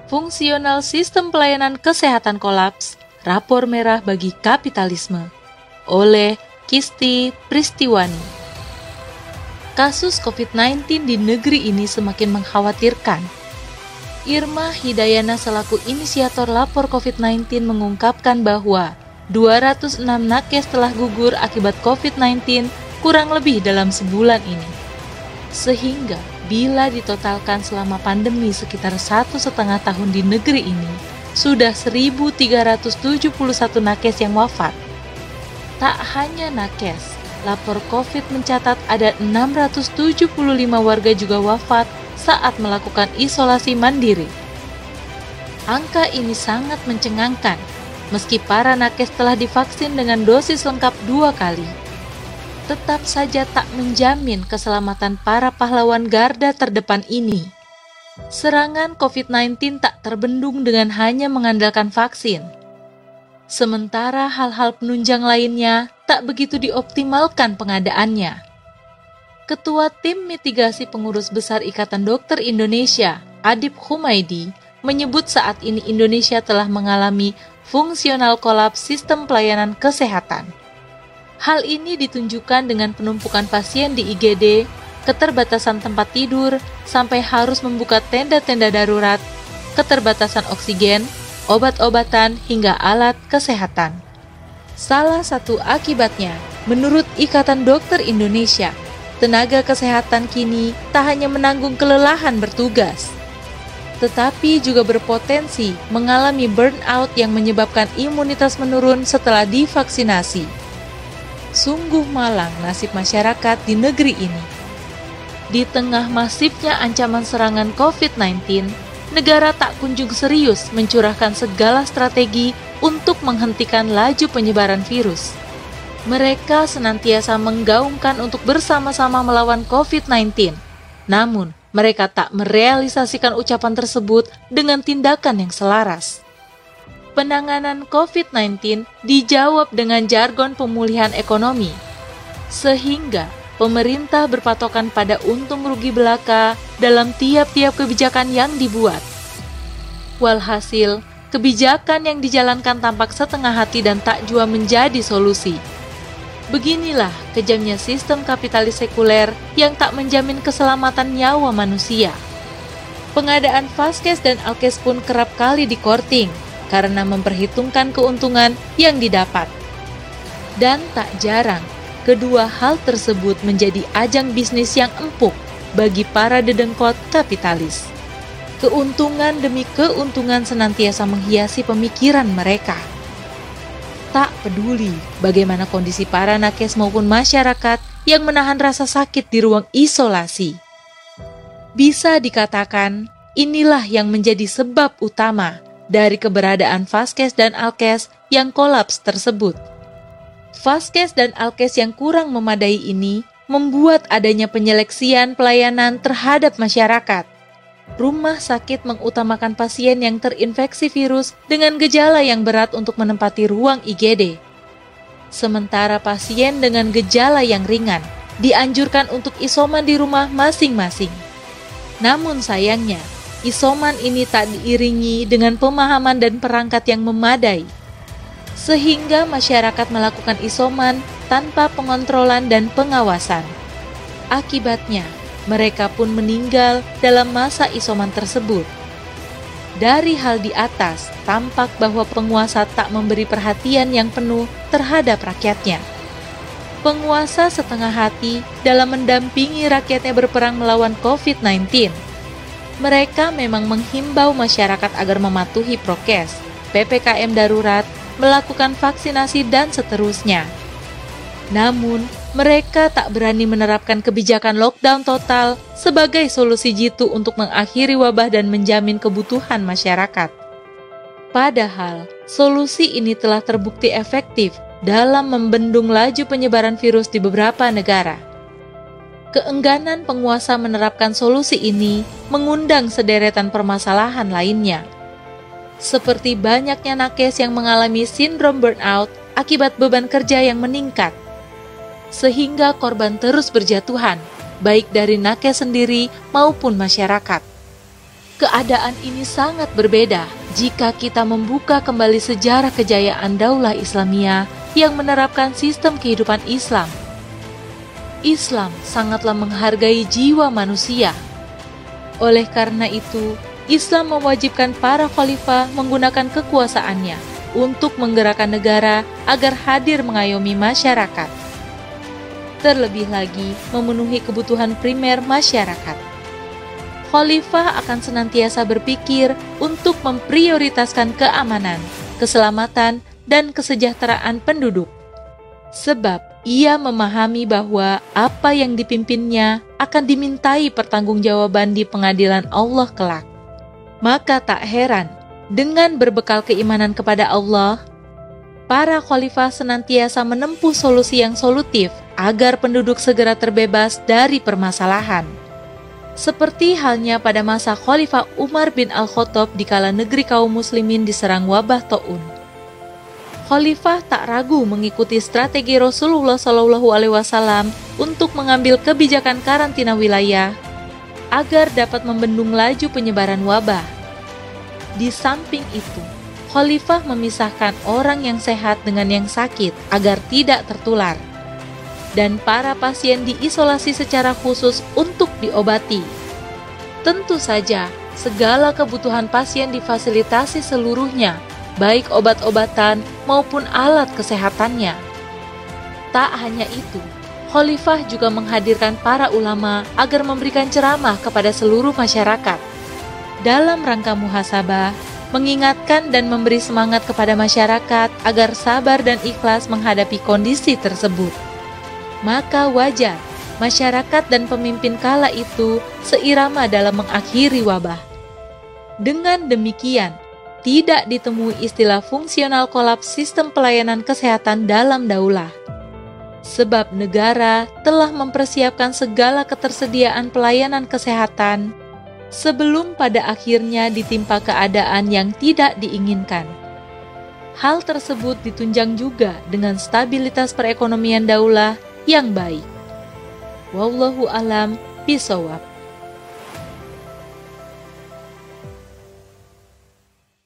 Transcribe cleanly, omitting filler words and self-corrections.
Fungsional sistem pelayanan kesehatan kolaps, rapor merah bagi kapitalisme, oleh Kisti Pristiwani. Kasus COVID-19 di negeri ini semakin mengkhawatirkan. Irma Hidayana selaku inisiator lapor COVID-19 mengungkapkan bahwa 206 nakes telah gugur akibat COVID-19 kurang lebih dalam sebulan ini. Sehingga bila ditotalkan selama pandemi sekitar 1,5 tahun di negeri ini, sudah 1.371 nakes yang wafat. Tak hanya nakes, lapor COVID mencatat ada 675 warga juga wafat saat melakukan isolasi mandiri. Angka ini sangat mencengangkan, meski para nakes telah divaksin dengan dosis lengkap 2 kali. Tetap saja tak menjamin keselamatan para pahlawan garda terdepan ini. Serangan COVID-19 tak terbendung dengan hanya mengandalkan vaksin. Sementara hal-hal penunjang lainnya tak begitu dioptimalkan pengadaannya. Ketua Tim Mitigasi Pengurus Besar Ikatan Dokter Indonesia, Adib Humaydi, menyebut saat ini Indonesia telah mengalami fungsional kolaps sistem pelayanan kesehatan. Hal ini ditunjukkan dengan penumpukan pasien di IGD, keterbatasan tempat tidur, sampai harus membuka tenda-tenda darurat, keterbatasan oksigen, obat-obatan, hingga alat kesehatan. Salah satu akibatnya, menurut Ikatan Dokter Indonesia, tenaga kesehatan kini tak hanya menanggung kelelahan bertugas, tetapi juga berpotensi mengalami burnout yang menyebabkan imunitas menurun setelah divaksinasi. Sungguh malang nasib masyarakat di negeri ini. Di tengah masifnya ancaman serangan COVID-19, negara tak kunjung serius mencurahkan segala strategi untuk menghentikan laju penyebaran virus. Mereka senantiasa menggaungkan untuk bersama-sama melawan COVID-19. Namun, mereka tak merealisasikan ucapan tersebut dengan tindakan yang selaras. Penanganan COVID-19 dijawab dengan jargon pemulihan ekonomi, sehingga pemerintah berpatokan pada untung rugi belaka dalam tiap-tiap kebijakan yang dibuat. Walhasil, kebijakan yang dijalankan tampak setengah hati dan tak jua menjadi solusi. Beginilah kejamnya sistem kapitalis sekuler yang tak menjamin keselamatan nyawa manusia. Pengadaan Vaskes dan Alkes pun kerap kali dikorting karena memperhitungkan keuntungan yang didapat. Dan tak jarang, kedua hal tersebut menjadi ajang bisnis yang empuk bagi para dedengkot kapitalis. Keuntungan demi keuntungan senantiasa menghiasi pemikiran mereka. Tak peduli bagaimana kondisi para nakes maupun masyarakat yang menahan rasa sakit di ruang isolasi. Bisa dikatakan, inilah yang menjadi sebab utama dari keberadaan Vaskes dan Alkes yang kolaps tersebut. Vaskes dan Alkes yang kurang memadai ini membuat adanya penyeleksian pelayanan terhadap masyarakat. Rumah sakit mengutamakan pasien yang terinfeksi virus dengan gejala yang berat untuk menempati ruang IGD. Sementara pasien dengan gejala yang ringan dianjurkan untuk isoman di rumah masing-masing. Namun sayangnya, isoman ini tak diiringi dengan pemahaman dan perangkat yang memadai, sehingga masyarakat melakukan isoman tanpa pengontrolan dan pengawasan. Akibatnya, mereka pun meninggal dalam masa isoman tersebut. Dari hal di atas, tampak bahwa penguasa tak memberi perhatian yang penuh terhadap rakyatnya. Penguasa setengah hati dalam mendampingi rakyatnya berperang melawan COVID-19. Mereka memang menghimbau masyarakat agar mematuhi prokes, PPKM darurat, melakukan vaksinasi, dan seterusnya. Namun, mereka tak berani menerapkan kebijakan lockdown total sebagai solusi jitu untuk mengakhiri wabah dan menjamin kebutuhan masyarakat. Padahal, solusi ini telah terbukti efektif dalam membendung laju penyebaran virus di beberapa negara. Keengganan penguasa menerapkan solusi ini mengundang sederetan permasalahan lainnya, seperti banyaknya nakes yang mengalami sindrom burnout akibat beban kerja yang meningkat, sehingga korban terus berjatuhan, baik dari nakes sendiri maupun masyarakat. Keadaan ini sangat berbeda jika kita membuka kembali sejarah kejayaan Daulah Islamiyah yang menerapkan sistem kehidupan Islam. Islam sangatlah menghargai jiwa manusia. Oleh karena itu, Islam mewajibkan para khalifah menggunakan kekuasaannya untuk menggerakkan negara agar hadir mengayomi masyarakat. Terlebih lagi, memenuhi kebutuhan primer masyarakat. Khalifah akan senantiasa berpikir untuk memprioritaskan keamanan, keselamatan, dan kesejahteraan penduduk. Sebab ia memahami bahwa apa yang dipimpinnya akan dimintai pertanggungjawaban di pengadilan Allah kelak. Maka tak heran, dengan berbekal keimanan kepada Allah, para khalifah senantiasa menempuh solusi yang solutif agar penduduk segera terbebas dari permasalahan. Seperti halnya pada masa Khalifah Umar bin Al-Khattab dikala negeri kaum muslimin diserang wabah taun. Khalifah tak ragu mengikuti strategi Rasulullah SAW untuk mengambil kebijakan karantina wilayah agar dapat membendung laju penyebaran wabah. Di samping itu, Khalifah memisahkan orang yang sehat dengan yang sakit agar tidak tertular. Dan para pasien diisolasi secara khusus untuk diobati. Tentu saja, segala kebutuhan pasien difasilitasi seluruhnya, baik obat-obatan maupun alat kesehatannya. Tak hanya itu, Khalifah juga menghadirkan para ulama agar memberikan ceramah kepada seluruh masyarakat. Dalam rangka muhasabah, mengingatkan dan memberi semangat kepada masyarakat agar sabar dan ikhlas menghadapi kondisi tersebut. Maka wajar masyarakat dan pemimpin kala itu seirama dalam mengakhiri wabah. Dengan demikian, tidak ditemui istilah fungsional kolaps sistem pelayanan kesehatan dalam daulah. Sebab negara telah mempersiapkan segala ketersediaan pelayanan kesehatan sebelum pada akhirnya ditimpa keadaan yang tidak diinginkan. Hal tersebut ditunjang juga dengan stabilitas perekonomian daulah yang baik. Wallahu a'lam bishawab.